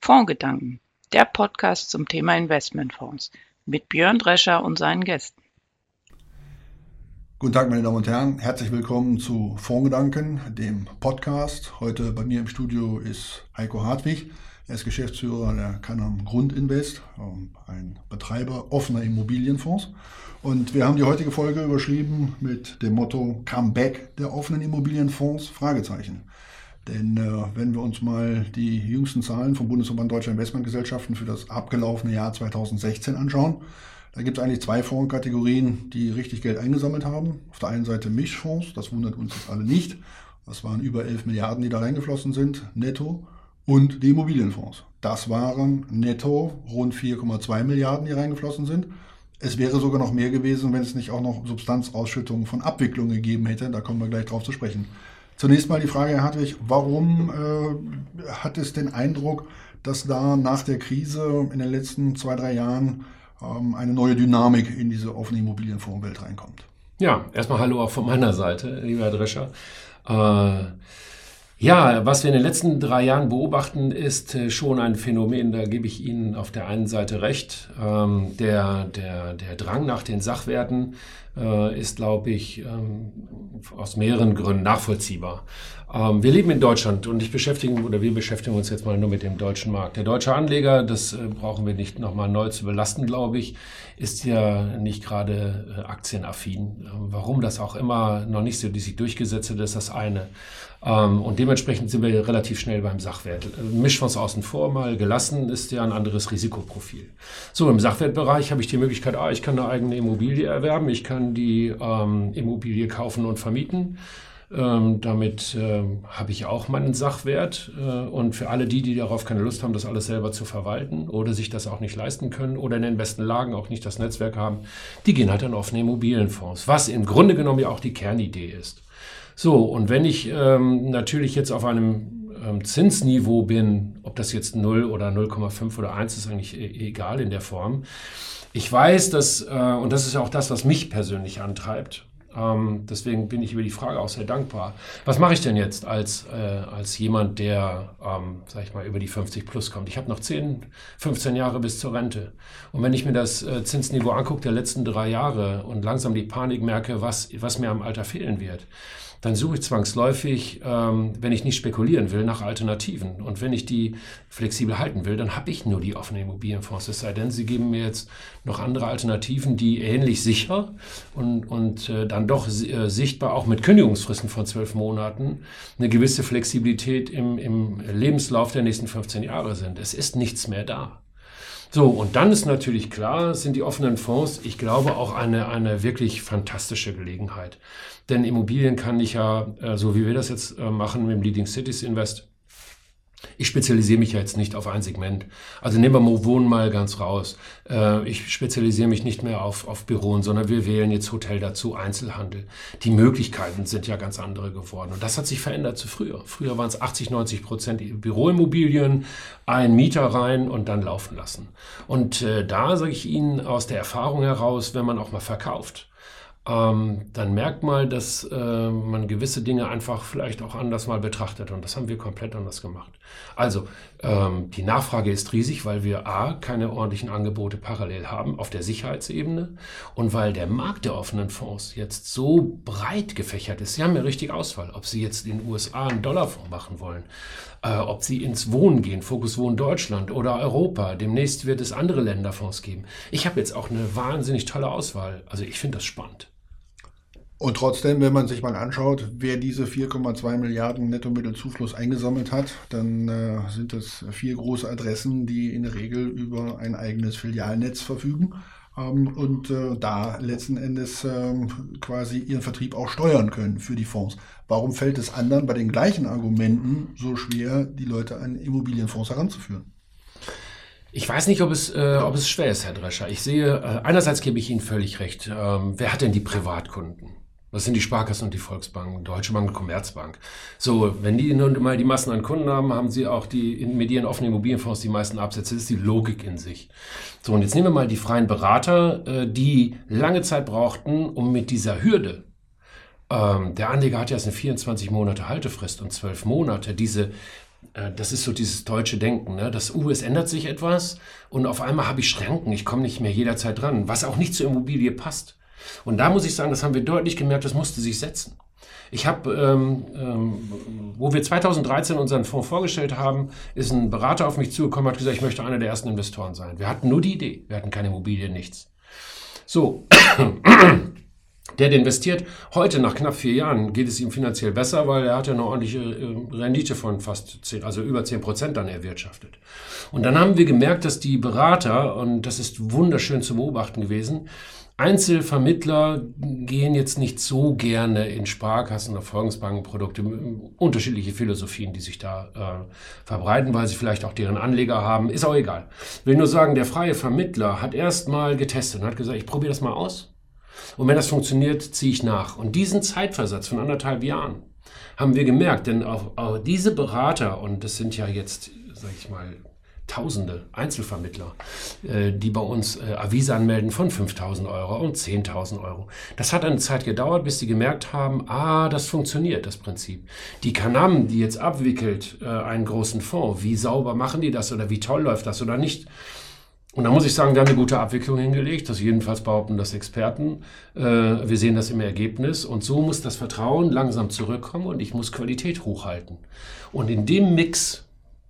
Fondsgedanken, der Podcast zum Thema Investmentfonds mit Björn Drescher und seinen Gästen. Guten Tag, meine Damen und Herren. Herzlich willkommen zu Fondsgedanken, dem Podcast. Heute bei mir im Studio ist Heiko Hartwig. Er ist Geschäftsführer der Canam Grundinvest, ein Betreiber offener Immobilienfonds. Und wir haben die heutige Folge überschrieben mit dem Motto Comeback der offenen Immobilienfonds? Fragezeichen. Denn wenn wir uns mal die jüngsten Zahlen vom Bundesverband Deutscher Investmentgesellschaften für das abgelaufene Jahr 2016 anschauen, da gibt es eigentlich zwei Fondskategorien, die richtig Geld eingesammelt haben. Auf der einen Seite Mischfonds, das wundert uns jetzt alle nicht. Das waren über 11 Milliarden, die da reingeflossen sind, netto. Und die Immobilienfonds. Das waren netto rund 4,2 Milliarden, die reingeflossen sind. Es wäre sogar noch mehr gewesen, wenn es nicht auch noch Substanzausschüttungen von Abwicklungen gegeben hätte. Da kommen wir gleich drauf zu sprechen. Zunächst mal die Frage, Herr Hartwig, warum hat es den Eindruck, dass da nach der Krise in den letzten 2-3 Jahren eine neue Dynamik in diese offene Immobilienfondswelt reinkommt? Ja, erstmal Hallo auch von meiner Seite, lieber Herr Drescher. Ja, was wir in den letzten 3 Jahren beobachten, ist schon ein Phänomen, da gebe ich Ihnen auf der einen Seite recht. Der Drang nach den Sachwerten ist, glaube ich, aus mehreren Gründen nachvollziehbar. Wir leben in Deutschland und wir beschäftigen uns jetzt mal nur mit dem deutschen Markt. Der deutsche Anleger, das brauchen wir nicht nochmal neu zu belasten, glaube ich, ist ja nicht gerade aktienaffin. Warum das auch immer noch nicht so sich durchgesetzt hat, ist das eine. Und dementsprechend sind wir relativ schnell beim Sachwert. Mischfonds außen vor mal gelassen, ist ja ein anderes Risikoprofil. So, im Sachwertbereich habe ich die Möglichkeit, ich kann eine eigene Immobilie erwerben, ich kann die Immobilie kaufen und vermieten. Damit habe ich auch meinen Sachwert. Und für alle die darauf keine Lust haben, das alles selber zu verwalten oder sich das auch nicht leisten können oder in den besten Lagen auch nicht das Netzwerk haben, die gehen halt an offene Immobilienfonds, was im Grunde genommen ja auch die Kernidee ist. So, und wenn ich natürlich jetzt auf einem Zinsniveau bin, ob das jetzt 0 oder 0,5 oder 1 ist eigentlich egal in der Form. Ich weiß, dass, und das ist ja auch das, was mich persönlich antreibt, deswegen bin ich über die Frage auch sehr dankbar. Was mache ich denn jetzt als jemand, der, sag ich mal, über die 50 plus kommt? Ich habe noch 10, 15 Jahre bis zur Rente. Und wenn ich mir das Zinsniveau angucke der letzten 3 Jahre und langsam die Panik merke, was mir am Alter fehlen wird, dann suche ich zwangsläufig, wenn ich nicht spekulieren will, nach Alternativen. Und wenn ich die flexibel halten will, dann habe ich nur die offenen Immobilienfonds. Es sei denn, Sie geben mir jetzt noch andere Alternativen, die ähnlich sicher und dann doch sichtbar auch mit Kündigungsfristen von 12 Monaten eine gewisse Flexibilität im Lebenslauf der nächsten 15 Jahre sind. Es ist nichts mehr da. So, und dann ist natürlich klar, sind die offenen Fonds, ich glaube, auch eine wirklich fantastische Gelegenheit. Denn Immobilien kann ich ja, so wie wir das jetzt machen mit dem Leading Cities Invest, ich spezialisiere mich ja jetzt nicht auf ein Segment. Also nehmen wir mal Wohnen mal ganz raus. Ich spezialisiere mich nicht mehr auf Büros, sondern wir wählen jetzt Hotel dazu, Einzelhandel. Die Möglichkeiten sind ja ganz andere geworden. Und das hat sich verändert zu früher. Früher waren es 80-90% Büroimmobilien, ein Mieter rein und dann laufen lassen. Und da sage ich Ihnen aus der Erfahrung heraus, wenn man auch mal verkauft, dann merkt man, dass man gewisse Dinge einfach vielleicht auch anders mal betrachtet. Und das haben wir komplett anders gemacht. Also die Nachfrage ist riesig, weil wir keine ordentlichen Angebote parallel haben auf der Sicherheitsebene und weil der Markt der offenen Fonds jetzt so breit gefächert ist. Sie haben ja richtig Auswahl, ob Sie jetzt in den USA einen Dollarfonds machen wollen, ob Sie ins Wohnen gehen, Fokus Wohnen Deutschland oder Europa. Demnächst wird es andere Länderfonds geben. Ich habe jetzt auch eine wahnsinnig tolle Auswahl. Also ich finde das spannend. Und trotzdem, wenn man sich mal anschaut, wer diese 4,2 Milliarden Nettomittelzufluss eingesammelt hat, dann sind das 4 große Adressen, die in der Regel über ein eigenes Filialnetz verfügen und da letzten Endes quasi ihren Vertrieb auch steuern können für die Fonds. Warum fällt es anderen bei den gleichen Argumenten so schwer, die Leute an Immobilienfonds heranzuführen? Ich weiß nicht, ob es schwer ist, Herr Drescher. Ich sehe, einerseits gebe ich Ihnen völlig recht. Wer hat denn die Privatkunden? Das sind die Sparkassen und die Volksbanken, Deutsche Bank und Commerzbank. So, wenn die nun mal die Massen an Kunden haben, haben sie auch mit ihren offenen Immobilienfonds die meisten Absätze. Das ist die Logik in sich. So, und jetzt nehmen wir mal die freien Berater, die lange Zeit brauchten, um mit dieser Hürde, der Anleger hat ja eine 24 Monate Haltefrist und 12 Monate, diese das ist so dieses deutsche Denken, ne? Es ändert sich etwas und auf einmal habe ich Schranken, ich komme nicht mehr jederzeit dran, was auch nicht zur Immobilie passt. Und da muss ich sagen, das haben wir deutlich gemerkt, das musste sich setzen. Ich habe, wo wir 2013 unseren Fonds vorgestellt haben, ist ein Berater auf mich zugekommen, hat gesagt, ich möchte einer der ersten Investoren sein. Wir hatten nur die Idee, wir hatten keine Immobilie, nichts. So, der investiert. Heute, nach knapp 4 Jahren, geht es ihm finanziell besser, weil er hat ja eine ordentliche Rendite von fast 10, also über 10% dann erwirtschaftet. Und dann haben wir gemerkt, dass die Berater, und das ist wunderschön zu beobachten gewesen, Einzelvermittler gehen jetzt nicht so gerne in Sparkassen oder Volksbankenprodukte, unterschiedliche Philosophien, die sich da verbreiten, weil sie vielleicht auch deren Anleger haben, ist auch egal. Ich will nur sagen, der freie Vermittler hat erst mal getestet und hat gesagt, ich probiere das mal aus und wenn das funktioniert, ziehe ich nach. Und diesen Zeitversatz von 1,5 Jahren haben wir gemerkt, denn auch diese Berater, und das sind ja jetzt, sag ich mal, Tausende Einzelvermittler, die bei uns Avise anmelden von 5.000 Euro und 10.000 Euro. Das hat eine Zeit gedauert, bis sie gemerkt haben, das funktioniert, das Prinzip. Die Canam, die jetzt abwickelt einen großen Fonds, wie sauber machen die das oder wie toll läuft das oder nicht? Und da muss ich sagen, wir haben eine gute Abwicklung hingelegt, das jedenfalls behaupten das Experten. Wir sehen das im Ergebnis und so muss das Vertrauen langsam zurückkommen und ich muss Qualität hochhalten. Und in dem Mix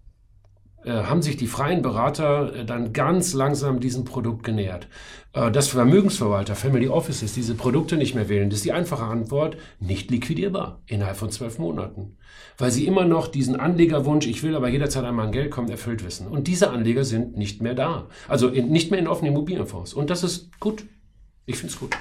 haben sich die freien Berater dann ganz langsam diesem Produkt genähert. Dass Vermögensverwalter, Family Offices diese Produkte nicht mehr wählen, das ist die einfache Antwort, nicht liquidierbar innerhalb von 12 Monaten. Weil sie immer noch diesen Anlegerwunsch, ich will aber jederzeit einmal an Geld kommen, erfüllt wissen. Und diese Anleger sind nicht mehr da. Also nicht mehr in offenen Immobilienfonds. Und das ist gut. Ich finde es gut.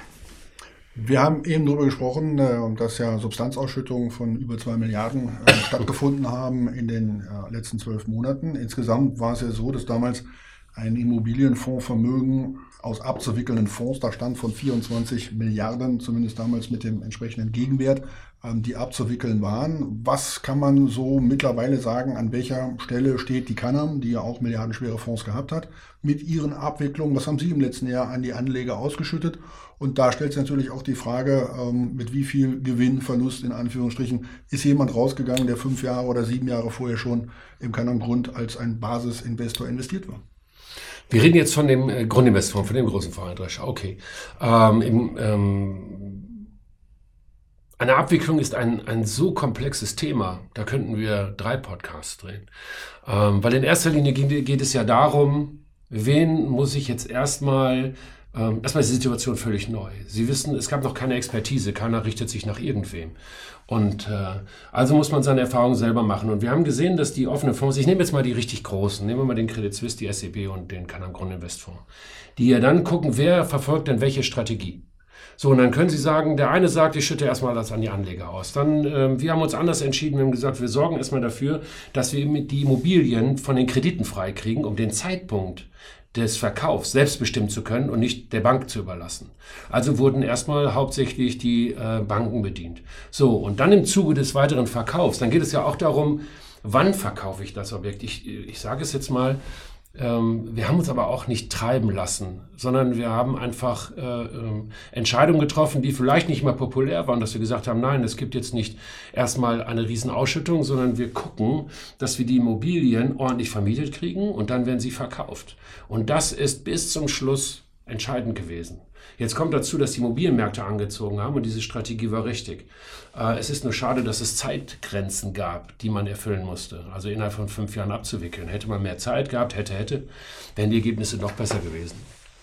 Wir haben eben darüber gesprochen, dass ja Substanzausschüttungen von über 2 Milliarden stattgefunden haben in den letzten 12 Monaten. Insgesamt war es ja so, dass damals ein Immobilienfondsvermögen aus abzuwickelnden Fonds, da stand von 24 Milliarden, zumindest damals mit dem entsprechenden Gegenwert, die abzuwickeln waren. Was kann man so mittlerweile sagen, an welcher Stelle steht die Canam, die ja auch milliardenschwere Fonds gehabt hat, mit ihren Abwicklungen? Was haben Sie im letzten Jahr an die Anleger ausgeschüttet? Und da stellt sich natürlich auch die Frage, mit wie viel Gewinn, Verlust in Anführungsstrichen, ist jemand rausgegangen, der 5 Jahre oder 7 Jahre vorher schon im Canam Grund als ein Basisinvestor investiert war? Wir reden jetzt von dem Grundinvestfonds, von dem großen Fonds, Drescher. Okay. Eine Abwicklung ist ein so komplexes Thema, da könnten wir 3 Podcasts drehen. Weil in erster Linie geht es ja darum, wen muss ich jetzt erstmal ist die Situation völlig neu. Sie wissen, es gab noch keine Expertise, keiner richtet sich nach irgendwem. Und also muss man seine Erfahrungen selber machen. Und wir haben gesehen, dass die offenen Fonds, ich nehme jetzt mal die richtig großen, nehmen wir mal den Credit Suisse, die SEB und den Canam Grundinvestfonds, die ja dann gucken, wer verfolgt denn welche Strategie. So, und dann können Sie sagen, der eine sagt, ich schütte erstmal das an die Anleger aus. Dann, wir haben uns anders entschieden, wir haben gesagt, wir sorgen erstmal dafür, dass wir die Immobilien von den Krediten freikriegen, um den Zeitpunkt des Verkaufs selbst bestimmen zu können und nicht der Bank zu überlassen. Also wurden erstmal hauptsächlich die Banken bedient. So, und dann im Zuge des weiteren Verkaufs, dann geht es ja auch darum, wann verkaufe ich das Objekt. Ich sage es jetzt mal, wir haben uns aber auch nicht treiben lassen, sondern wir haben einfach Entscheidungen getroffen, die vielleicht nicht mal populär waren, dass wir gesagt haben, nein, es gibt jetzt nicht erstmal eine Riesenausschüttung, sondern wir gucken, dass wir die Immobilien ordentlich vermietet kriegen und dann werden sie verkauft. Und das ist bis zum Schluss entscheidend gewesen. Jetzt kommt dazu, dass die Immobilienmärkte angezogen haben und diese Strategie war richtig. Es ist nur schade, dass es Zeitgrenzen gab, die man erfüllen musste. Also innerhalb von 5 Jahren abzuwickeln. Hätte man mehr Zeit gehabt, wären die Ergebnisse doch besser gewesen.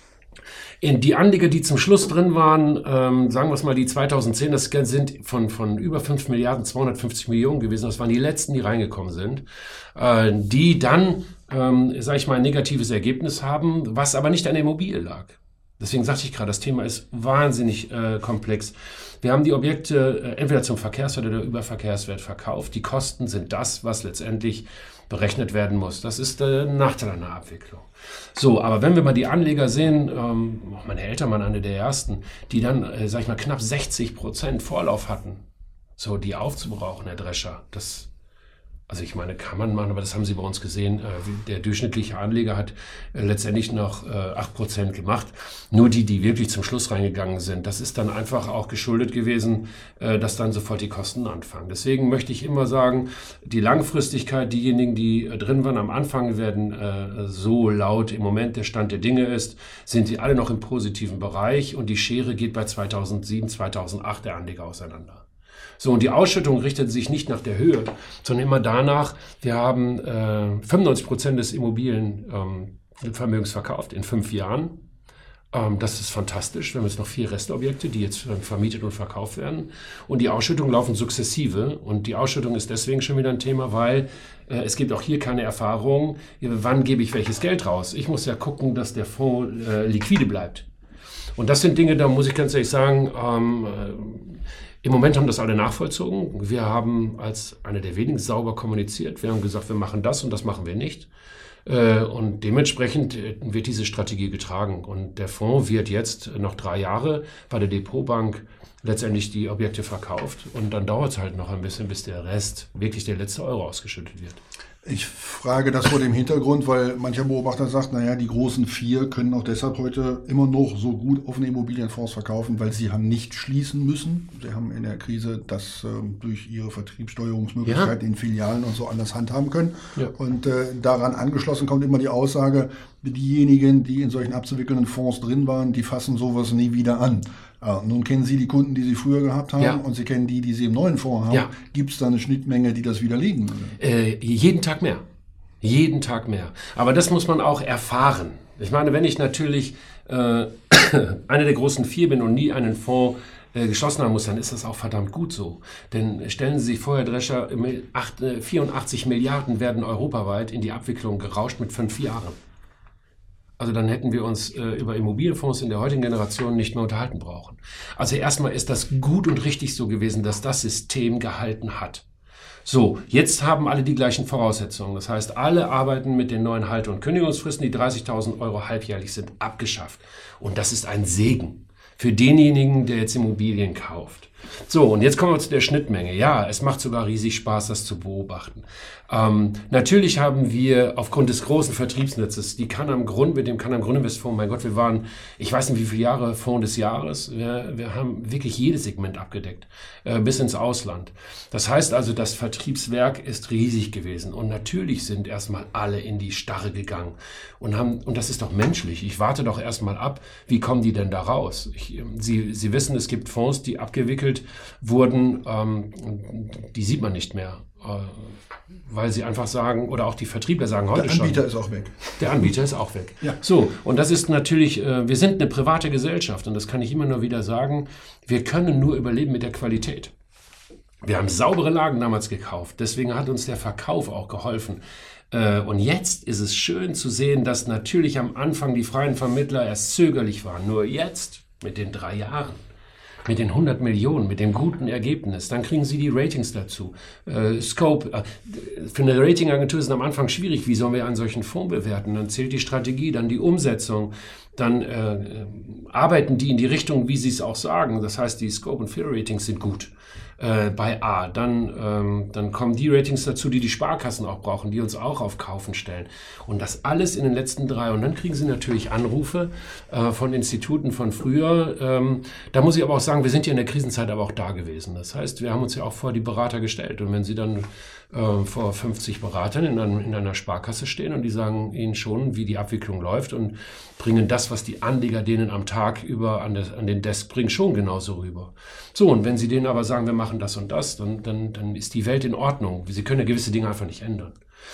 Die Anleger, die zum Schluss drin waren, sagen wir es mal die 2010, das sind von über 5 Milliarden 250 Millionen gewesen. Das waren die letzten, die reingekommen sind, die dann, sage ich mal, ein negatives Ergebnis haben, was aber nicht an der Immobilie lag. Deswegen sagte ich gerade, das Thema ist wahnsinnig komplex. Wir haben die Objekte entweder zum Verkehrswert oder Überverkehrswert verkauft. Die Kosten sind das, was letztendlich berechnet werden muss. Das ist der Nachteil einer Abwicklung. So, aber wenn wir mal die Anleger sehen, auch meine Eltern waren eine der ersten, die dann, sag ich mal, knapp 60% Vorlauf hatten, so die aufzubrauchen, Herr Drescher, Also ich meine, kann man machen, aber das haben Sie bei uns gesehen. Der durchschnittliche Anleger hat letztendlich noch 8% gemacht. Nur die wirklich zum Schluss reingegangen sind, das ist dann einfach auch geschuldet gewesen, dass dann sofort die Kosten anfangen. Deswegen möchte ich immer sagen, die Langfristigkeit, diejenigen, die drin waren am Anfang, werden so laut im Moment der Stand der Dinge ist, sind sie alle noch im positiven Bereich und die Schere geht bei 2007, 2008 der Anleger auseinander. So, und die Ausschüttung richtet sich nicht nach der Höhe, sondern immer danach, wir haben 95% des Immobilienvermögens verkauft in 5 Jahren. Das ist fantastisch. Wir haben jetzt noch 4 Restobjekte, die jetzt vermietet und verkauft werden. Und die Ausschüttungen laufen sukzessive. Und die Ausschüttung ist deswegen schon wieder ein Thema, weil es gibt auch hier keine Erfahrung, wann gebe ich welches Geld raus. Ich muss ja gucken, dass der Fonds liquide bleibt. Und das sind Dinge, da muss ich ganz ehrlich sagen, im Moment haben das alle nachvollzogen. Wir haben als eine der wenigen sauber kommuniziert. Wir haben gesagt, wir machen das und das machen wir nicht. Und dementsprechend wird diese Strategie getragen. Und der Fonds wird jetzt noch 3 Jahre bei der Depotbank letztendlich die Objekte verkauft. Und dann dauert es halt noch ein bisschen, bis der Rest, wirklich der letzte Euro ausgeschüttet wird. Ich frage das vor dem Hintergrund, weil mancher Beobachter sagt, naja, die großen 4 können auch deshalb heute immer noch so gut offene Immobilienfonds verkaufen, weil sie haben nicht schließen müssen. Sie haben in der Krise das durch ihre Vertriebssteuerungsmöglichkeiten in Filialen und so anders handhaben können. Ja. Und daran angeschlossen kommt immer die Aussage, diejenigen, die in solchen abzuwickelnden Fonds drin waren, die fassen sowas nie wieder an. Nun kennen Sie die Kunden, die Sie früher gehabt haben, und Sie kennen die Sie im neuen Fonds haben. Ja. Gibt es da eine Schnittmenge, die das widerlegen würde? Jeden Tag mehr. Jeden Tag mehr. Aber das muss man auch erfahren. Ich meine, wenn ich natürlich einer der großen 4 bin und nie einen Fonds geschlossen haben muss, dann ist das auch verdammt gut so. Denn stellen Sie sich vor, Herr Drescher, 84 Milliarden werden europaweit in die Abwicklung gerauscht mit 5 Jahren. Also dann hätten wir uns über Immobilienfonds in der heutigen Generation nicht mehr unterhalten brauchen. Also erstmal ist das gut und richtig so gewesen, dass das System gehalten hat. So, jetzt haben alle die gleichen Voraussetzungen. Das heißt, alle arbeiten mit den neuen Halte- und Kündigungsfristen, die 30.000 € halbjährlich sind, abgeschafft. Und das ist ein Segen für denjenigen, der jetzt Immobilien kauft. So, und jetzt kommen wir zu der Schnittmenge. Ja, es macht sogar riesig Spaß, das zu beobachten. Natürlich haben wir aufgrund des großen Vertriebsnetzes, mit dem Canam Grundinvest-Fonds, mein Gott, wir waren, ich weiß nicht wie viele Jahre Fonds des Jahres, wir haben wirklich jedes Segment abgedeckt, bis ins Ausland. Das heißt also, das Vertriebswerk ist riesig gewesen und natürlich sind erstmal alle in die Starre gegangen und das ist doch menschlich. Ich warte doch erstmal ab, wie kommen die denn da raus? Sie wissen, es gibt Fonds, die abgewickelt wurden, die sieht man nicht mehr. Weil sie einfach sagen, oder auch die Vertriebler sagen heute schon. Der Anbieter ist auch weg. Der Anbieter ist auch weg. Ja. So, und das ist natürlich, wir sind eine private Gesellschaft und das kann ich immer nur wieder sagen, wir können nur überleben mit der Qualität. Wir haben saubere Lagen damals gekauft, deswegen hat uns der Verkauf auch geholfen. Und jetzt ist es schön zu sehen, dass natürlich am Anfang die freien Vermittler erst zögerlich waren. Nur jetzt, mit den 3 Jahren, mit den 100 Millionen, mit dem guten Ergebnis, dann kriegen Sie die Ratings dazu. Scope, für eine Ratingagentur ist es am Anfang schwierig, wie sollen wir einen solchen Fonds bewerten? Dann zählt die Strategie, dann die Umsetzung, dann arbeiten die in die Richtung, wie Sie es auch sagen. Das heißt, die Scope- und Fear-Ratings sind gut. Bei A. Dann kommen die Ratings dazu, die Sparkassen auch brauchen, die uns auch auf Kaufen stellen. Und das alles in den letzten 3. Und dann kriegen Sie natürlich Anrufe von Instituten von früher. Da muss ich aber auch sagen, wir sind ja in der Krisenzeit aber auch da gewesen. Das heißt, wir haben uns ja auch vor die Berater gestellt. Und wenn Sie dann vor 50 Beratern in einer Sparkasse stehen und die sagen Ihnen schon, wie die Abwicklung läuft und bringen das, was die Anleger denen am Tag über an den Desk bringen, schon genauso rüber. So, und wenn Sie denen aber sagen, wir machen das und das, dann ist die Welt in Ordnung. Sie können ja gewisse Dinge einfach nicht ändern.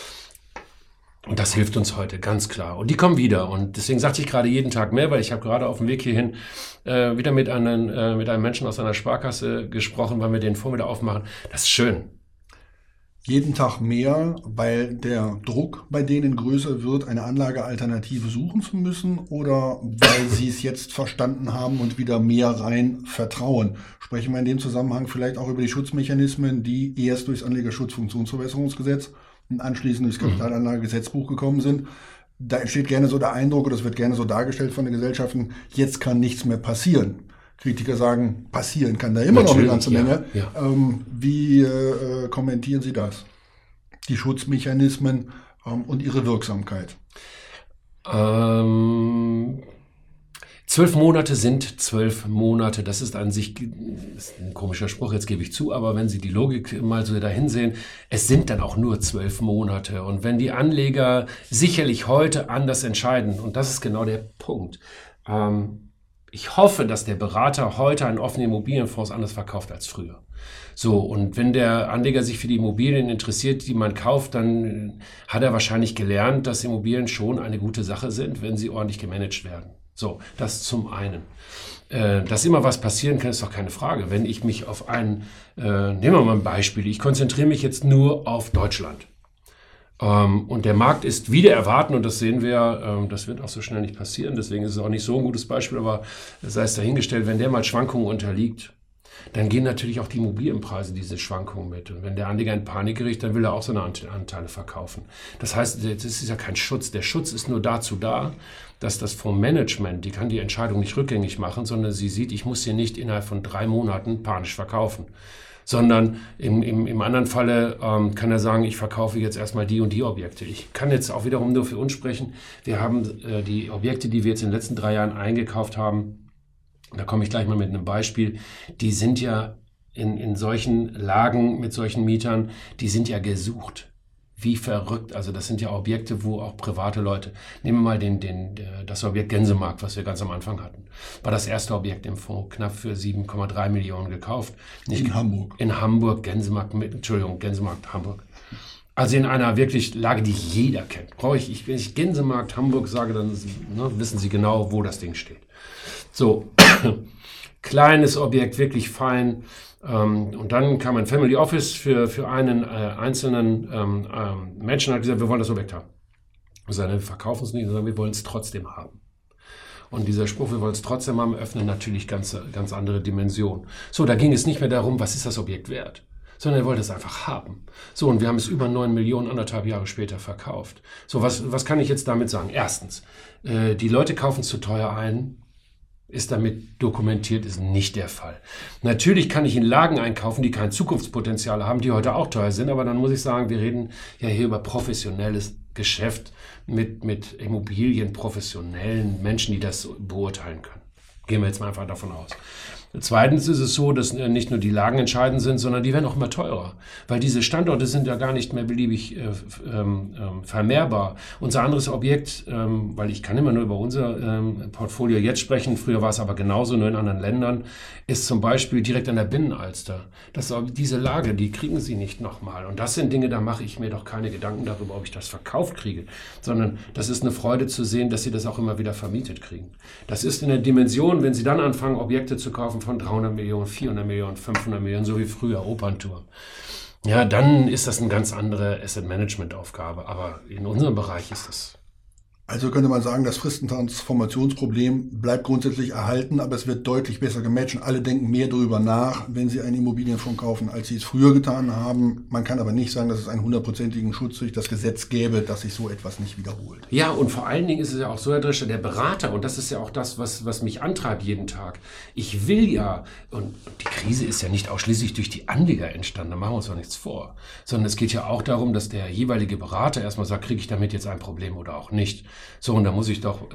Und das hilft uns heute, ganz klar. Und die kommen wieder. Und deswegen sagte ich gerade jeden Tag mehr, weil ich habe gerade auf dem Weg hierhin wieder mit einem Menschen aus einer Sparkasse gesprochen, weil wir den Fonds wieder aufmachen. Das ist schön. Jeden Tag mehr, weil der Druck bei denen größer wird, eine Anlagealternative suchen zu müssen oder weil sie es jetzt verstanden haben und wieder mehr rein vertrauen. Sprechen wir in dem Zusammenhang vielleicht auch über die Schutzmechanismen, die erst durchs Anlegerschutzfunktionsverbesserungsgesetz und anschließend durchs Kapitalanlagegesetzbuch gekommen sind. Da entsteht gerne so der Eindruck, oder es wird gerne so dargestellt von den Gesellschaften, jetzt kann nichts mehr passieren. Kritiker sagen, passieren kann da immer noch eine ganze Menge. Ja. Wie kommentieren Sie das? die Schutzmechanismen und ihre Wirksamkeit? 12 Monate sind 12 Monate. Das ist an sich ist ein komischer Spruch, jetzt gebe ich zu, aber wenn Sie die Logik mal so dahin sehen, es sind dann auch nur 12 Monate. Und wenn die Anleger sicherlich heute anders entscheiden, und das ist genau der Punkt, ich hoffe, dass der Berater heute einen offenen Immobilienfonds anders verkauft als früher. So, und wenn der Anleger sich für die Immobilien interessiert, die man kauft, dann hat er wahrscheinlich gelernt, dass Immobilien schon eine gute Sache sind, wenn sie ordentlich gemanagt werden. So, das zum einen. Dass immer was passieren kann, ist doch keine Frage. Wenn ich mich auf nehmen wir mal ein Beispiel, ich konzentriere mich jetzt nur auf Deutschland. Und der Markt ist wieder erwarten, und das sehen wir, das wird auch so schnell nicht passieren, deswegen ist es auch nicht so ein gutes Beispiel, aber sei es dahingestellt, wenn der mal Schwankungen unterliegt, dann gehen natürlich auch die Immobilienpreise diese Schwankungen mit. Und wenn der Anleger in Panik gerät, dann will er auch seine Anteile verkaufen. Das heißt, das ist ja kein Schutz. Der Schutz ist nur dazu da, dass das Fondsmanagement, die kann die Entscheidung nicht rückgängig machen, sondern sie sieht, ich muss hier nicht innerhalb von 3 Monaten panisch verkaufen. Sondern im anderen Falle kann er sagen, ich verkaufe jetzt erstmal die und die Objekte. Ich kann jetzt auch wiederum nur für uns sprechen. Wir haben die Objekte, die wir jetzt in den letzten 3 Jahren eingekauft haben, da komme ich gleich mal mit einem Beispiel, die sind ja in solchen Lagen mit solchen Mietern, die sind ja gesucht. Wie verrückt. Also das sind ja Objekte, wo auch private Leute, nehmen wir mal das Objekt Gänsemarkt, was wir ganz am Anfang hatten. War das erste Objekt im Fonds, knapp für 7,3 Millionen gekauft. In Hamburg. In Hamburg, Gänsemarkt, Hamburg. Also in einer wirklich Lage, die jeder kennt. Wenn ich Gänsemarkt Hamburg sage, dann wissen Sie genau, wo das Ding steht. So, kleines Objekt, wirklich fein. Und dann kam ein Family Office für einen einzelnen Menschen, hat gesagt, wir wollen das Objekt haben. Also wir verkaufen es nicht, sondern wir wollen es trotzdem haben. Und dieser Spruch, wir wollen es trotzdem haben, öffnet natürlich ganz andere Dimensionen. So, da ging es nicht mehr darum, was ist das Objekt wert, sondern er wollte es einfach haben. So, und wir haben es über 9 Millionen, 1,5 Jahre später verkauft. So, was kann ich jetzt damit sagen? Erstens, die Leute kaufen es zu teuer ein. Ist damit dokumentiert, ist nicht der Fall. Natürlich kann ich in Lagen einkaufen, die kein Zukunftspotenzial haben, die heute auch teuer sind, aber dann muss ich sagen, wir reden ja hier über professionelles Geschäft mit Immobilien, professionellen Menschen, die das beurteilen können. Gehen wir jetzt mal einfach davon aus. Zweitens ist es so, dass nicht nur die Lagen entscheidend sind, sondern die werden auch immer teurer, weil diese Standorte sind ja gar nicht mehr beliebig vermehrbar. Unser anderes Objekt, weil ich kann immer nur über unser Portfolio jetzt sprechen, früher war es aber genauso, nur in anderen Ländern, ist zum Beispiel direkt an der Binnenalster. Diese Lage, die kriegen Sie nicht nochmal. Und das sind Dinge, da mache ich mir doch keine Gedanken darüber, ob ich das verkauft kriege, sondern das ist eine Freude zu sehen, dass Sie das auch immer wieder vermietet kriegen. Das ist in der Dimension, wenn Sie dann anfangen, Objekte zu kaufen von 300 Millionen, 400 Millionen, 500 Millionen, so wie früher Opernturm. Ja, dann ist das eine ganz andere Asset-Management-Aufgabe. Aber in unserem Bereich ist das. Also könnte man sagen, das Fristentransformationsproblem bleibt grundsätzlich erhalten, aber es wird deutlich besser gematcht und alle denken mehr darüber nach, wenn sie einen Immobilienfonds kaufen, als sie es früher getan haben. Man kann aber nicht sagen, dass es einen 100%igen Schutz durch das Gesetz gäbe, dass sich so etwas nicht wiederholt. Ja, und vor allen Dingen ist es ja auch so, Herr Drescher, der Berater, und das ist ja auch das, was mich antreibt jeden Tag. Ich will ja, und die Krise ist ja nicht ausschließlich durch die Anleger entstanden, da machen wir uns doch nichts vor, sondern es geht ja auch darum, dass der jeweilige Berater erstmal sagt, kriege ich damit jetzt ein Problem oder auch nicht. So, und da muss ich doch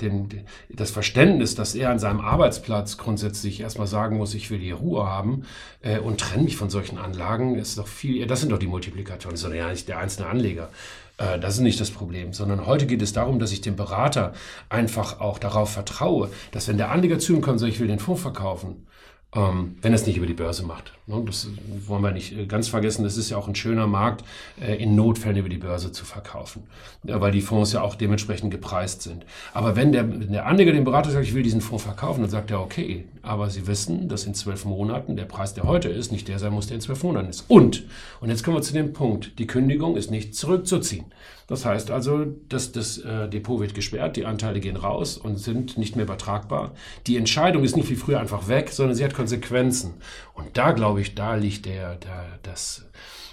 das Verständnis, dass er an seinem Arbeitsplatz grundsätzlich erstmal sagen muss, ich will hier Ruhe haben und trenne mich von solchen Anlagen, ist doch viel, das sind doch die Multiplikatoren, das ist doch ja nicht der einzelne Anleger. Das ist nicht das Problem, sondern heute geht es darum, dass ich dem Berater einfach auch darauf vertraue, dass wenn der Anleger zu ihm kommt und sagt, ich will den Fonds verkaufen, wenn er es nicht über die Börse macht. Das wollen wir nicht ganz vergessen. Das ist ja auch ein schöner Markt, in Notfällen über die Börse zu verkaufen, weil die Fonds ja auch dementsprechend gepreist sind. Aber wenn der Anleger dem Berater sagt, ich will diesen Fonds verkaufen, dann sagt er, okay, aber Sie wissen, dass in 12 Monaten der Preis, der heute ist, nicht der sein muss, der in 12 Monaten ist. Und jetzt kommen wir zu dem Punkt, die Kündigung ist nicht zurückzuziehen. Das heißt also, das Depot wird gesperrt, die Anteile gehen raus und sind nicht mehr übertragbar. Die Entscheidung ist nicht wie früher einfach weg, sondern sie hat Konsequenzen. Und da, glaube ich, da liegt das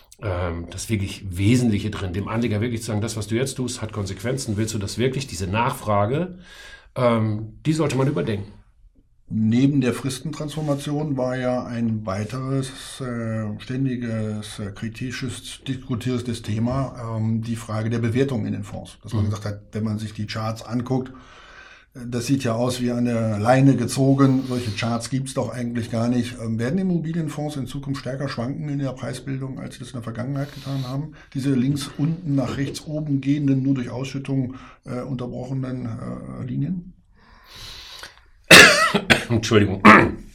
wirklich Wesentliche drin. Dem Anleger wirklich zu sagen, das, was du jetzt tust, hat Konsequenzen. Willst du das wirklich? Diese Nachfrage, die sollte man überdenken. Neben der Fristentransformation war ja ein weiteres ständiges, kritisches, diskutiertes Thema die Frage der Bewertung in den Fonds. Dass man gesagt hat, wenn man sich die Charts anguckt, das sieht ja aus wie an der Leine gezogen. Solche Charts gibt es doch eigentlich gar nicht. Werden Immobilienfonds in Zukunft stärker schwanken in der Preisbildung, als sie das in der Vergangenheit getan haben? Diese links unten nach rechts oben gehenden, nur durch Ausschüttung unterbrochenen Linien? Entschuldigung.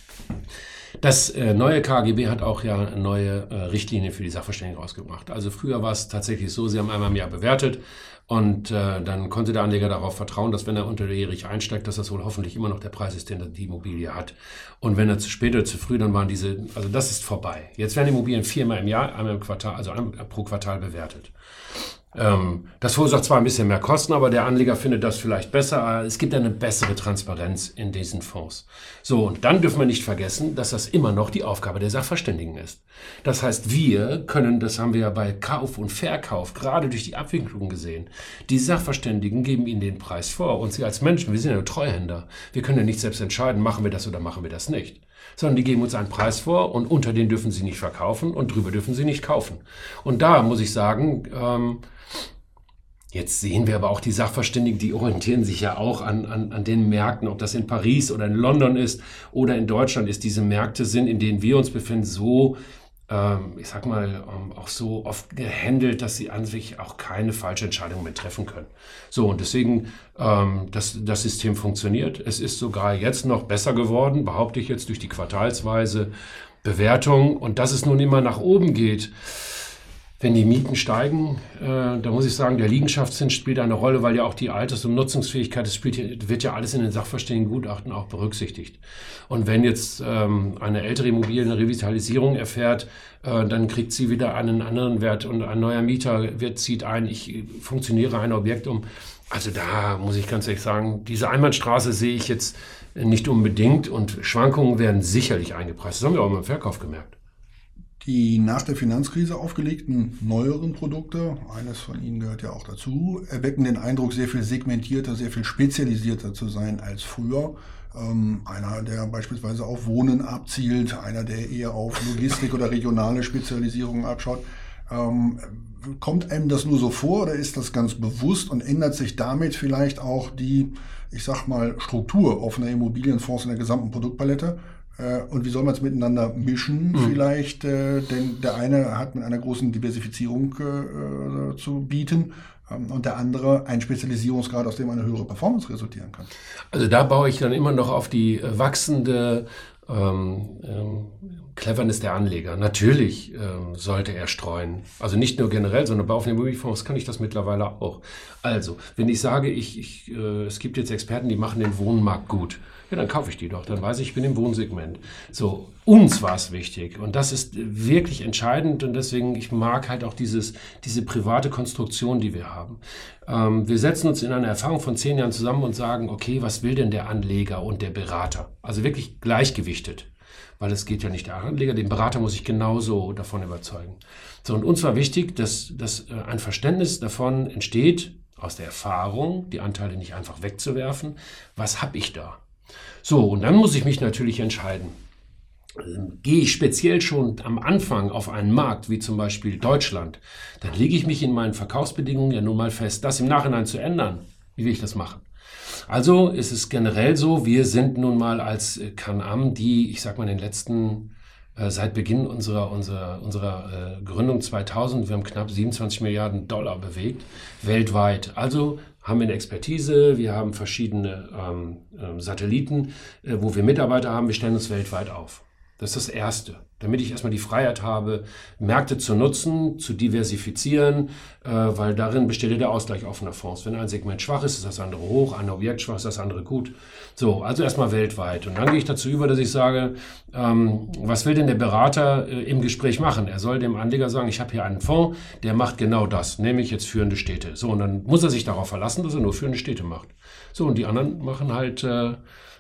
Das neue KGB hat auch ja neue Richtlinien für die Sachverständigen rausgebracht. Also früher war es tatsächlich so, sie haben einmal im Jahr bewertet und dann konnte der Anleger darauf vertrauen, dass wenn er unterjährig einsteigt, dass das wohl hoffentlich immer noch der Preis ist, den die Immobilie hat. Und wenn er zu spät oder zu früh, dann waren also das ist vorbei. Jetzt werden Immobilien 4-mal im Jahr, einmal im Quartal, also einmal pro Quartal bewertet. Das verursacht zwar ein bisschen mehr Kosten, aber der Anleger findet das vielleicht besser. Es gibt eine bessere Transparenz in diesen Fonds. So, und dann dürfen wir nicht vergessen, dass das immer noch die Aufgabe der Sachverständigen ist. Das heißt, wir können, das haben wir ja bei Kauf und Verkauf gerade durch die Abwicklung gesehen, die Sachverständigen geben ihnen den Preis vor und sie als Menschen, wir sind ja Treuhänder, wir können ja nicht selbst entscheiden, machen wir das oder machen wir das nicht. Sondern die geben uns einen Preis vor und unter den dürfen sie nicht verkaufen und drüber dürfen sie nicht kaufen. Und da muss ich sagen, jetzt sehen wir aber auch die Sachverständigen, die orientieren sich ja auch an den Märkten, ob das in Paris oder in London ist oder in Deutschland ist. Diese Märkte sind, in denen wir uns befinden, so, ich sag mal, auch so oft gehandelt, dass sie an sich auch keine falsche Entscheidung mehr treffen können. So, und deswegen, das System funktioniert. Es ist sogar jetzt noch besser geworden, behaupte ich jetzt, durch die quartalsweise Bewertung. Und dass es nun immer nach oben geht, wenn die Mieten steigen, da muss ich sagen, der Liegenschaftszins spielt eine Rolle, weil ja auch die Alters- und Nutzungsfähigkeit, wird ja alles in den Sachverständigengutachten auch berücksichtigt. Und wenn jetzt eine ältere Immobilie eine Revitalisierung erfährt, dann kriegt sie wieder einen anderen Wert und ein neuer Mieter zieht ein, ich funktioniere ein Objekt um. Also da muss ich ganz ehrlich sagen, diese Einbahnstraße sehe ich jetzt nicht unbedingt und Schwankungen werden sicherlich eingepreist. Das haben wir auch im Verkauf gemerkt. Die nach der Finanzkrise aufgelegten neueren Produkte, eines von Ihnen gehört ja auch dazu, erwecken den Eindruck, sehr viel segmentierter, sehr viel spezialisierter zu sein als früher. Einer, der beispielsweise auf Wohnen abzielt, einer, der eher auf Logistik oder regionale Spezialisierungen abschaut. Kommt einem das nur so vor oder ist das ganz bewusst und ändert sich damit vielleicht auch die, ich sag mal, Struktur offener Immobilienfonds in der gesamten Produktpalette? Und wie soll man es miteinander mischen vielleicht? Denn der eine hat mit einer großen Diversifizierung zu bieten und der andere einen Spezialisierungsgrad, aus dem eine höhere Performance resultieren kann. Also da baue ich dann immer noch auf die wachsende Cleverness der Anleger. Natürlich sollte er streuen. Also nicht nur generell, sondern bei offenen Immobilienfonds kann ich das mittlerweile auch. Also, wenn ich sage, es gibt jetzt Experten, die machen den Wohnmarkt gut, ja, dann kaufe ich die doch. Dann weiß ich bin im Wohnsegment. So, uns war es wichtig. Und das ist wirklich entscheidend. Und deswegen, ich mag halt auch diese private Konstruktion, die wir haben. Wir setzen uns in einer Erfahrung von 10 Jahren zusammen und sagen, okay, was will denn der Anleger und der Berater? Also wirklich gleichgewichtet. Weil es geht ja nicht der Anleger, den Berater muss ich genauso davon überzeugen. So, und uns war wichtig, dass ein Verständnis davon entsteht, aus der Erfahrung, die Anteile nicht einfach wegzuwerfen. Was habe ich da? So, und dann muss ich mich natürlich entscheiden. Gehe ich speziell schon am Anfang auf einen Markt, wie zum Beispiel Deutschland, dann lege ich mich in meinen Verkaufsbedingungen ja nun mal fest, das im Nachhinein zu ändern. Wie will ich das machen? Also ist es generell so, wir sind nun mal als Can-Am, die, ich sag mal, in den letzten, seit Beginn unserer Gründung 2000, wir haben knapp 27 Milliarden $, bewegt, weltweit. Also haben wir eine Expertise, wir haben verschiedene Satelliten, wo wir Mitarbeiter haben, wir stellen uns weltweit auf. Das ist das Erste, damit ich erstmal die Freiheit habe, Märkte zu nutzen, zu diversifizieren, weil darin besteht ja der Ausgleich offener Fonds. Wenn ein Segment schwach ist, ist das andere hoch, ein Objekt schwach, ist das andere gut. So, also erstmal weltweit. Und dann gehe ich dazu über, dass ich sage, was will denn der Berater im Gespräch machen? Er soll dem Anleger sagen, ich habe hier einen Fonds, der macht genau das, nämlich jetzt führende Städte. So, und dann muss er sich darauf verlassen, dass er nur führende Städte macht. So, und die anderen machen halt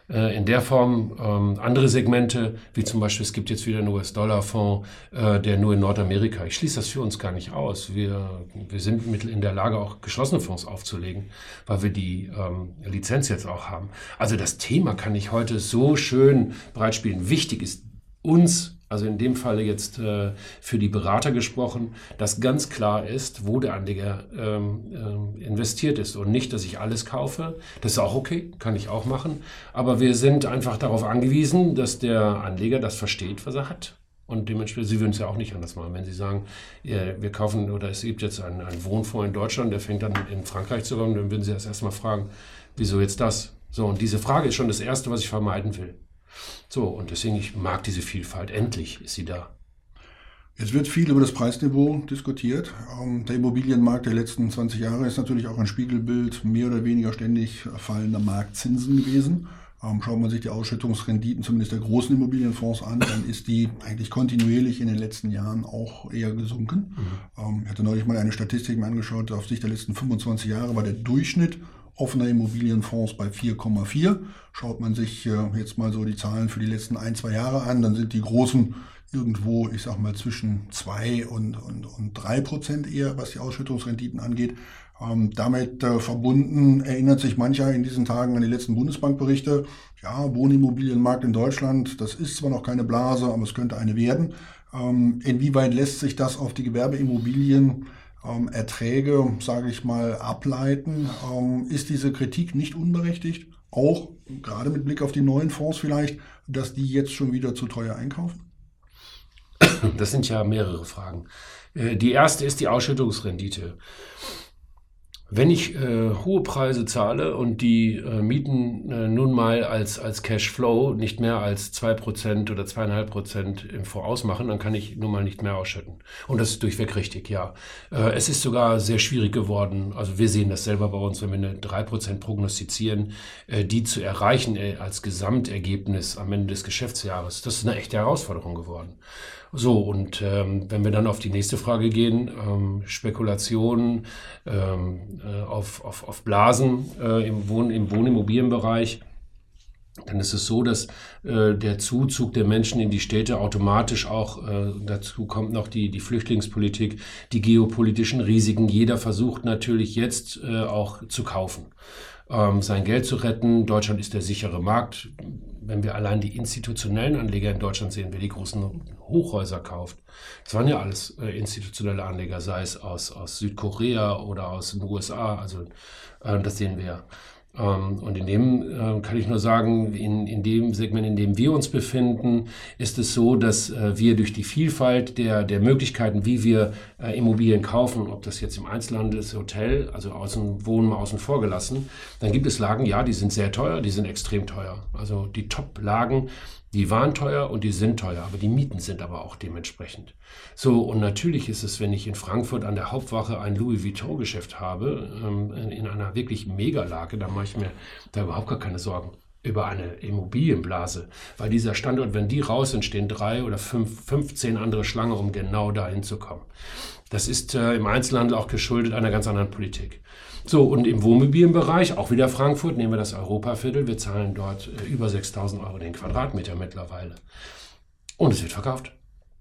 in der Form. Andere Segmente, wie zum Beispiel, es gibt jetzt wieder einen US-Dollar-Fonds, der nur in Nordamerika. Ich schließe das für uns gar nicht aus. Wir sind in der Lage, auch geschlossene Fonds aufzulegen, weil wir die Lizenz jetzt auch haben. Also das Thema kann ich heute so schön bereitspielen. Wichtig ist uns, also in dem Falle jetzt für die Berater gesprochen, dass ganz klar ist, wo der Anleger investiert ist und nicht, dass ich alles kaufe. Das ist auch okay, kann ich auch machen. Aber wir sind einfach darauf angewiesen, dass der Anleger das versteht, was er hat. Und dementsprechend, Sie würden es ja auch nicht anders machen, wenn Sie sagen, wir kaufen oder es gibt jetzt einen Wohnfonds in Deutschland, der fängt dann in Frankreich zu kommen, dann würden Sie das erstmal fragen, wieso jetzt das? So, und diese Frage ist schon das Erste, was ich vermeiden will. So, und deswegen, ich mag diese Vielfalt. Endlich ist sie da. Jetzt wird viel über das Preisniveau diskutiert. Der Immobilienmarkt der letzten 20 Jahre ist natürlich auch ein Spiegelbild mehr oder weniger ständig fallender Marktzinsen gewesen. Schaut man sich die Ausschüttungsrenditen zumindest der großen Immobilienfonds an, dann ist die eigentlich kontinuierlich in den letzten Jahren auch eher gesunken. Ich hatte neulich mal eine Statistik mir angeschaut, auf Sicht der letzten 25 Jahre war der Durchschnitt offener Immobilienfonds bei 4,4. Schaut man sich jetzt mal so die Zahlen für die letzten 1-2 Jahre an, dann sind die großen irgendwo, ich sag mal, zwischen 2 und 3% eher, was die Ausschüttungsrenditen angeht. Damit verbunden erinnert sich mancher in diesen Tagen an die letzten Bundesbankberichte. Ja, Wohnimmobilienmarkt in Deutschland, das ist zwar noch keine Blase, aber es könnte eine werden. Inwieweit lässt sich das auf die Gewerbeimmobilien Erträge, sage ich mal, ableiten? Ist diese Kritik nicht unberechtigt? Auch gerade mit Blick auf die neuen Fonds vielleicht, dass die jetzt schon wieder zu teuer einkaufen? Das sind ja mehrere Fragen. Die erste ist die Ausschüttungsrendite. Wenn ich hohe Preise zahle und die Mieten nun mal als Cashflow nicht mehr als 2% oder 2,5% im Voraus machen, dann kann ich nun mal nicht mehr ausschütten. Und das ist durchweg richtig, ja. Es ist sogar sehr schwierig geworden, also wir sehen das selber bei uns, wenn wir eine 3% prognostizieren, die zu erreichen als Gesamtergebnis am Ende des Geschäftsjahres. Das ist eine echte Herausforderung geworden. So, und wenn wir dann auf die nächste Frage gehen, Spekulationen auf Blasen im Wohnimmobilienbereich, dann ist es so, dass der Zuzug der Menschen in die Städte automatisch auch, dazu kommt noch die Flüchtlingspolitik, die geopolitischen Risiken. Jeder versucht natürlich jetzt auch zu kaufen, sein Geld zu retten. Deutschland ist der sichere Markt. Wenn wir allein die institutionellen Anleger in Deutschland sehen, wer die großen Hochhäuser kauft, das waren ja alles institutionelle Anleger, sei es aus Südkorea oder aus den USA, also das sehen wir ja. Und in dem kann ich nur sagen, in dem Segment, in dem wir uns befinden, ist es so, dass wir durch die Vielfalt der Möglichkeiten, wie wir Immobilien kaufen, ob das jetzt im Einzelhandel ist, Hotel, also Wohnen mal außen vor gelassen, dann gibt es Lagen, ja, die sind sehr teuer, die sind extrem teuer. Also die Top-Lagen, die waren teuer und die sind teuer, aber die Mieten sind aber auch dementsprechend. So, und natürlich ist es, wenn ich in Frankfurt an der Hauptwache ein Louis Vuitton-Geschäft habe, in einer wirklich Megalage, dann mache ich mir da überhaupt gar keine Sorgen über eine Immobilienblase. Weil dieser Standort, wenn die raus sind, stehen 3 oder 15 andere Schlange, um genau dahin zu kommen. Das ist im Einzelhandel auch geschuldet einer ganz anderen Politik. So, und im Wohnimmobilienbereich, auch wieder Frankfurt, nehmen wir das Europaviertel, wir zahlen dort über 6.000 € den Quadratmeter mittlerweile. Und es wird verkauft.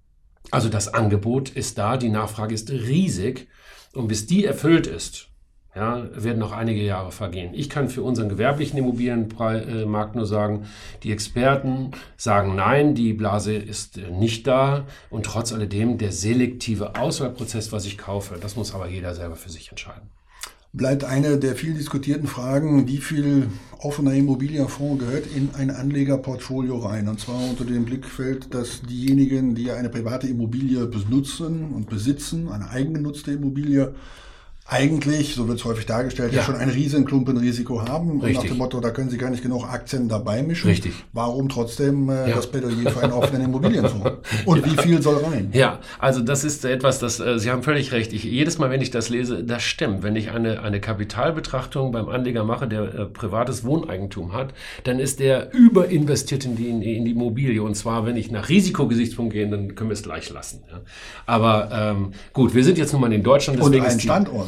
Also das Angebot ist da, die Nachfrage ist riesig und bis die erfüllt ist, ja, werden noch einige Jahre vergehen. Ich kann für unseren gewerblichen Immobilienmarkt nur sagen, die Experten sagen nein, die Blase ist nicht da und trotz alledem der selektive Auswahlprozess, was ich kaufe, das muss aber jeder selber für sich entscheiden. Bleibt eine der viel diskutierten Fragen, wie viel offener Immobilienfonds gehört in ein Anlegerportfolio rein? Und zwar unter dem Blickfeld, dass diejenigen, die eine private Immobilie benutzen und besitzen, eine eigengenutzte Immobilie, eigentlich, so wird es häufig dargestellt, ja schon ein Riesenklumpenrisiko haben. Und nach dem Motto, da können Sie gar nicht genug Aktien dabei mischen. Richtig. Warum trotzdem das Plädoyer für einen offenen Immobilienfonds? Und wie viel soll rein? Ja, also das ist etwas, das Sie haben völlig recht. Jedes Mal, wenn ich das lese, das stimmt. Wenn ich eine Kapitalbetrachtung beim Anleger mache, der privates Wohneigentum hat, dann ist der überinvestiert in die Immobilie. Und zwar, wenn ich nach Risikogesichtspunkt gehe, dann können wir es gleich lassen. Ja. Aber gut, wir sind jetzt nun mal in Deutschland. Und ein Standort.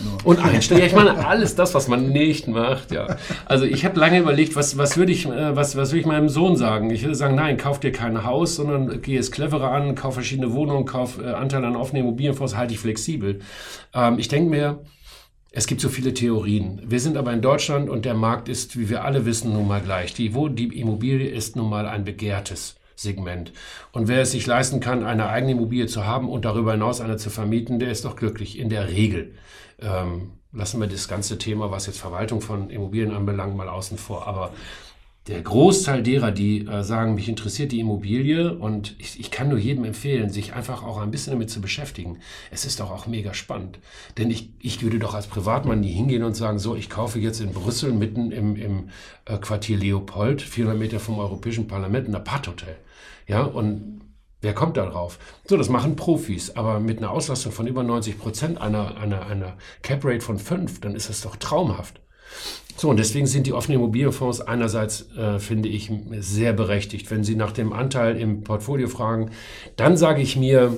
Und einstellen. Ja, ich meine, alles das, was man nicht macht, ja. Also ich habe lange überlegt, was würde ich meinem Sohn sagen? Ich würde sagen, nein, kauf dir kein Haus, sondern geh es cleverer an, kauf verschiedene Wohnungen, kauf Anteile an offenen Immobilienfonds, halte dich flexibel. Ich denke mir, es gibt so viele Theorien. Wir sind aber in Deutschland und der Markt ist, wie wir alle wissen, nun mal gleich. Die Immobilie ist nun mal ein begehrtes Segment. Und wer es sich leisten kann, eine eigene Immobilie zu haben und darüber hinaus eine zu vermieten, der ist doch glücklich, in der Regel. Lassen wir das ganze Thema, was jetzt Verwaltung von Immobilien anbelangt, mal außen vor. Aber der Großteil derer, die sagen, mich interessiert die Immobilie und ich kann nur jedem empfehlen, sich einfach auch ein bisschen damit zu beschäftigen. Es ist doch auch mega spannend. Denn ich würde doch als Privatmann nie hingehen und sagen, so, ich kaufe jetzt in Brüssel mitten im Quartier Leopold, 400 Meter vom Europäischen Parlament, ein Apart-Hotel. Ja, und wer kommt da drauf? So, das machen Profis, aber mit einer Auslastung von über 90%, einer Cap-Rate von 5, dann ist das doch traumhaft. So, und deswegen sind die offenen Immobilienfonds einerseits, finde ich, sehr berechtigt. Wenn Sie nach dem Anteil im Portfolio fragen, dann sage ich mir,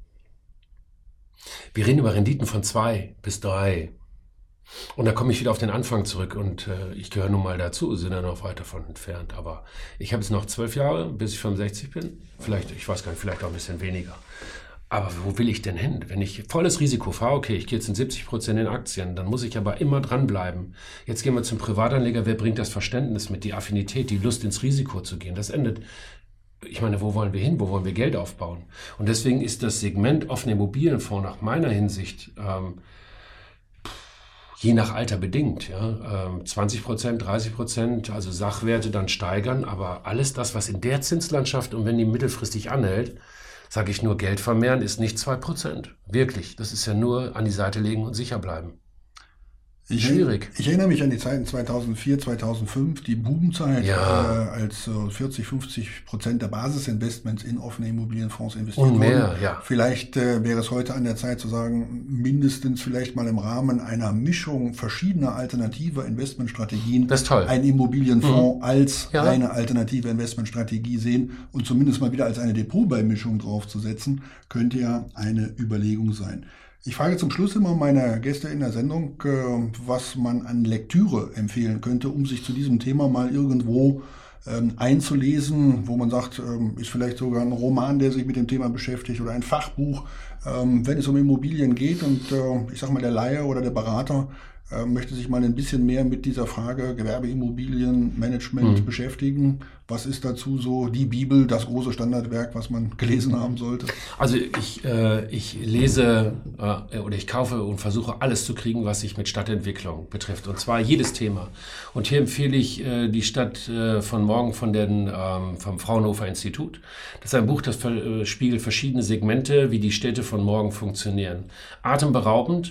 wir reden über Renditen von 2 bis 3. Und da komme ich wieder auf den Anfang zurück und ich gehöre nun mal dazu, sind ja noch weit davon entfernt. Aber ich habe jetzt noch 12 Jahre, bis ich 65 bin. Vielleicht, ich weiß gar nicht, vielleicht auch ein bisschen weniger. Aber wo will ich denn hin? Wenn ich volles Risiko fahre, okay, ich gehe jetzt in 70% in Aktien, dann muss ich aber immer dranbleiben. Jetzt gehen wir zum Privatanleger. Wer bringt das Verständnis mit, die Affinität, die Lust ins Risiko zu gehen? Das endet, ich meine, wo wollen wir hin? Wo wollen wir Geld aufbauen? Und deswegen ist das Segment offene Immobilienfonds nach meiner Hinsicht je nach Alter bedingt. Ja? 20%, 30%, also Sachwerte dann steigern, aber alles das, was in der Zinslandschaft und wenn die mittelfristig anhält, sage ich nur, Geld vermehren ist nicht 2%. Wirklich, das ist ja nur an die Seite legen und sicher bleiben. Schwierig. Ich erinnere mich an die Zeiten 2004, 2005, die Boomzeit, Ja. als 40-50% der Basisinvestments in offene Immobilienfonds investiert Und mehr, wurden. ja. Vielleicht wäre es heute an der Zeit zu sagen, mindestens vielleicht mal im Rahmen einer Mischung verschiedener alternativer Investmentstrategien Das ist toll. ein Immobilienfonds als Ja. eine alternative Investmentstrategie sehen und zumindest mal wieder als eine Depotbeimischung draufzusetzen, könnte ja eine Überlegung sein. Ich frage zum Schluss immer meine Gäste in der Sendung, was man an Lektüre empfehlen könnte, um sich zu diesem Thema mal irgendwo einzulesen, wo man sagt, ist vielleicht sogar ein Roman, der sich mit dem Thema beschäftigt oder ein Fachbuch, wenn es um Immobilien geht und ich sage mal, der Laie oder der Berater möchte sich mal ein bisschen mehr mit dieser Frage Gewerbeimmobilienmanagement beschäftigen. Was ist dazu so die Bibel, das große Standardwerk, was man gelesen haben sollte? Also ich lese oder ich kaufe und versuche alles zu kriegen, was sich mit Stadtentwicklung betrifft. Und zwar jedes Thema. Und hier empfehle ich die Stadt von morgen vom Fraunhofer Institut. Das ist ein Buch, das spiegelt verschiedene Segmente, wie die Städte von morgen funktionieren. Atemberaubend.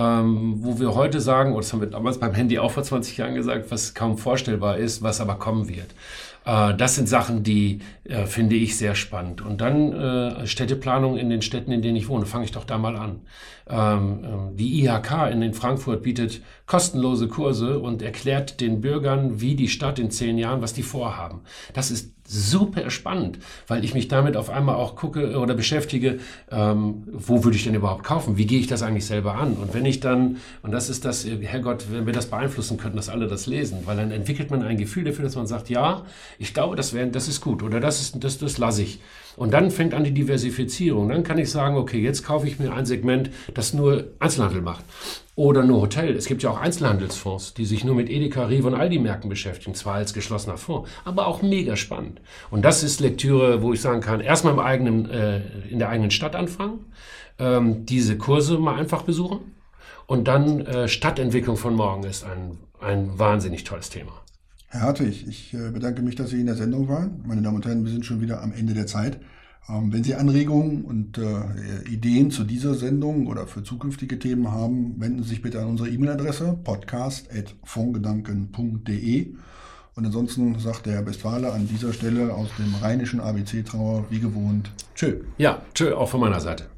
Wo wir heute sagen, oder das haben wir damals beim Handy auch vor 20 Jahren gesagt, was kaum vorstellbar ist, was aber kommen wird. Das sind Sachen, die finde ich sehr spannend. Und dann Städteplanung in den Städten, in denen ich wohne, fange ich doch da mal an. Die IHK in Frankfurt bietet kostenlose Kurse und erklärt den Bürgern, wie die Stadt in 10 Jahren, was die vorhaben. Das ist super spannend, weil ich mich damit auf einmal auch gucke oder beschäftige, wo würde ich denn überhaupt kaufen? Wie gehe ich das eigentlich selber an? Und wenn ich dann, und das ist das, Herrgott, wenn wir das beeinflussen könnten, dass alle das lesen, weil dann entwickelt man ein Gefühl dafür, dass man sagt, ja, ich glaube, das ist gut oder das lasse ich. Und dann fängt an die Diversifizierung. Dann kann ich sagen, okay, jetzt kaufe ich mir ein Segment, das nur Einzelhandel macht. Oder nur Hotel. Es gibt ja auch Einzelhandelsfonds, die sich nur mit Edeka, Rewe und Aldi-Märkten beschäftigen, zwar als geschlossener Fonds, aber auch mega spannend. Und das ist Lektüre, wo ich sagen kann, erstmal in der eigenen Stadt anfangen, diese Kurse mal einfach besuchen und dann Stadtentwicklung von morgen ist ein wahnsinnig tolles Thema. Herr Hartwig, ich bedanke mich, dass Sie in der Sendung waren. Meine Damen und Herren, wir sind schon wieder am Ende der Zeit. Wenn Sie Anregungen und Ideen zu dieser Sendung oder für zukünftige Themen haben, wenden Sie sich bitte an unsere E-Mail-Adresse podcast@fondsgedanken.de. Und ansonsten sagt der Herr Westphale an dieser Stelle aus dem rheinischen ABC Trauer wie gewohnt Tschö. Ja, tschö, auch von meiner Seite.